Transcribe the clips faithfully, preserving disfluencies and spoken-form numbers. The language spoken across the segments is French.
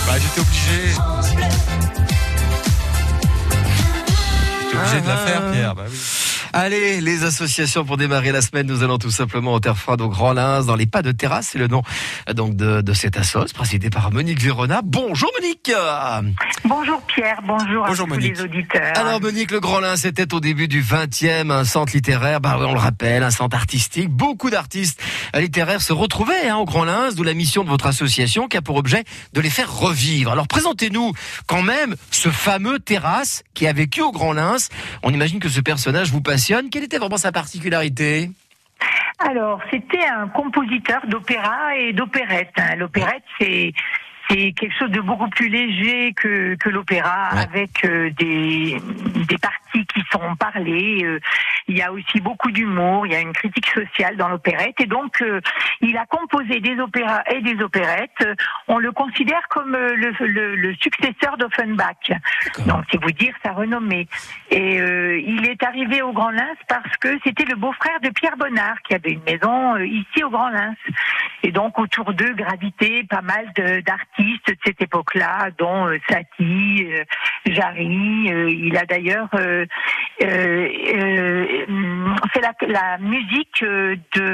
Bah, j'étais obligé. J'étais obligé ah, de la faire, Pierre. Bah oui. Allez, les associations pour démarrer la semaine, nous allons tout simplement en terre froide au Grand Lens, dans les pas de terrasse, c'est le nom donc de, de cette assoce, présidée par Monique Vérona. Bonjour Monique. Bonjour Pierre, bonjour, bonjour à tous Monique. Les auditeurs. Alors Monique, le Grand Lens, c'était au début du vingtième, un centre littéraire, bah on le rappelle, un centre artistique. Beaucoup d'artistes littéraires se retrouvaient hein, au Grand Lens, d'où la mission de votre association qui a pour objet de les faire revivre. Alors présentez-nous quand même ce fameux Terrasse qui a vécu au Grand Lens. On imagine que ce personnage vous passe. Quelle était vraiment sa particularité ? Alors, c'était un compositeur d'opéra et d'opérette. L'opérette, c'est... c'est quelque chose de beaucoup plus léger que, que l'opéra, ouais. avec euh, des, des parties qui sont parlées. Euh, il y a aussi beaucoup d'humour, il y a une critique sociale dans l'opérette. Et donc, euh, il a composé des opéras et des opérettes. On le considère comme euh, le, le, le successeur d'Offenbach. D'accord. Donc, c'est vous dire sa renommée. Et euh, il est arrivé au Grand Lens parce que c'était le beau-frère de Pierre Bonnard, qui avait une maison euh, ici au Grand Lens. Et donc, autour d'eux gravitaient pas mal de, d'artistes de cette époque-là, dont euh, Satie, euh, Jarry. Euh, il a d'ailleurs euh, euh, euh, fait la, la musique euh,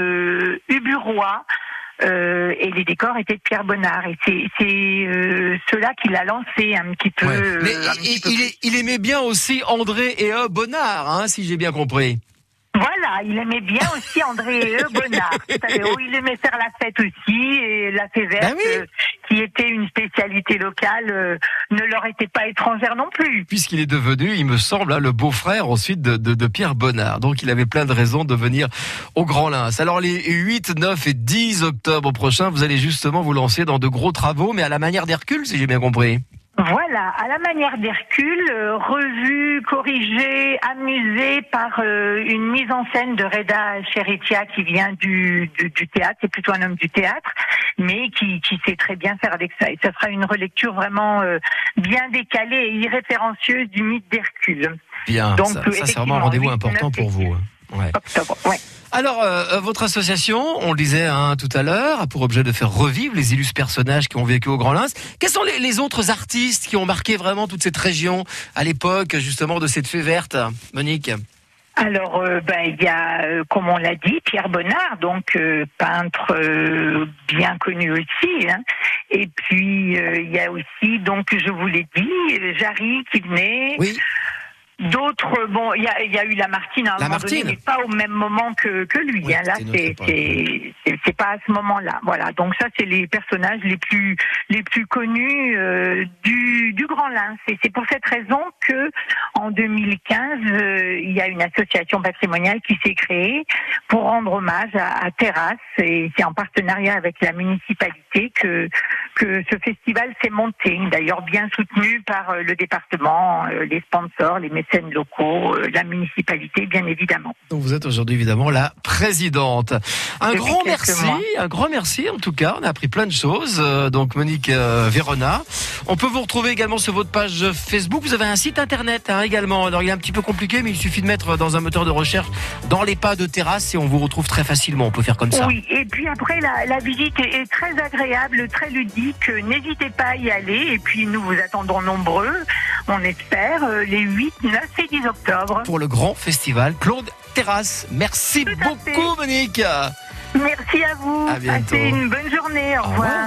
de Ubu Roi. Euh, et les décors étaient de Pierre Bonnard. Et c'est, c'est euh, cela qu'il a lancé un petit peu. Ouais. Mais euh, il, peu il, il, il aimait bien aussi André et euh, Bonnard, hein, si j'ai bien compris. Voilà, il aimait bien aussi André et eux Bonnard. Oh, il aimait faire la fête aussi, et la fête verte, ben oui. euh, qui était une spécialité locale, euh, ne leur était pas étrangère non plus. Puisqu'il est devenu, il me semble, hein, le beau-frère ensuite de, de, de Pierre Bonnard. Donc il avait plein de raisons de venir au Grand Lens. Alors les huit, neuf et dix octobre prochains, vous allez justement vous lancer dans de gros travaux, mais à la manière d'Hercule, si j'ai bien compris. Voilà, à la manière d'Hercule, euh, revu, corrigé, amusé par euh, une mise en scène de Reda Cheritia qui vient du, du, du théâtre, c'est plutôt un homme du théâtre, mais qui, qui sait très bien faire avec ça. Et ça sera une relecture vraiment euh, bien décalée et irréférencieuse du mythe d'Hercule. Bien, Donc, ça, ça c'est vraiment un rendez-vous important pour vous. Ouais. Octobre, ouais. Alors, euh, votre association, on le disait hein, tout à l'heure, a pour objet de faire revivre les illustres personnages qui ont vécu au Grand Lens. Quels sont les, les autres artistes qui ont marqué vraiment toute cette région à l'époque, justement, de cette fée verte, Monique ? Alors, euh, ben il y a, euh, comme on l'a dit, Pierre Bonnard, donc euh, peintre euh, bien connu aussi. Hein. Et puis euh, il y a aussi, donc je vous l'ai dit, Jarry qui venait. Oui. D'autres, bon, il y a, y a eu Lamartine à un moment donné, mais pas au même moment que, que lui. Oui, hein. Là, c'est, c'est, c'est, c'est pas à ce moment-là. Voilà. Donc ça, c'est les personnages les plus, les plus connus euh, du, du Grand Lens. Et c'est pour cette raison que, en deux mille quinze, euh, il y a une association patrimoniale qui s'est créée pour rendre hommage à, à Terrasse. Et c'est en partenariat avec la municipalité que, que ce festival s'est monté. D'ailleurs, bien soutenu par euh, le département, euh, les sponsors, les mécènes locaux, euh, la municipalité, bien évidemment. Donc vous êtes aujourd'hui évidemment la présidente. Un Depuis grand merci, mois. un grand merci en tout cas. On a appris plein de choses. Euh, donc Monique euh, Vérona. On peut vous retrouver également sur votre page Facebook. Vous avez un site internet hein, également. Alors il est un petit peu compliqué, mais il suffit de mettre dans un moteur de recherche dans les pas de Terrasse et on vous retrouve très facilement. On peut faire comme ça. Oui, et puis après la, la visite est, est très agréable, très ludique. N'hésitez pas à y aller. Et puis nous vous attendons nombreux. On espère euh, les huit, neuf et dix octobre. Pour le grand festival Claude Terrasse. Merci beaucoup, Monique. Merci à vous. À bientôt. Passez une bonne journée. Au revoir.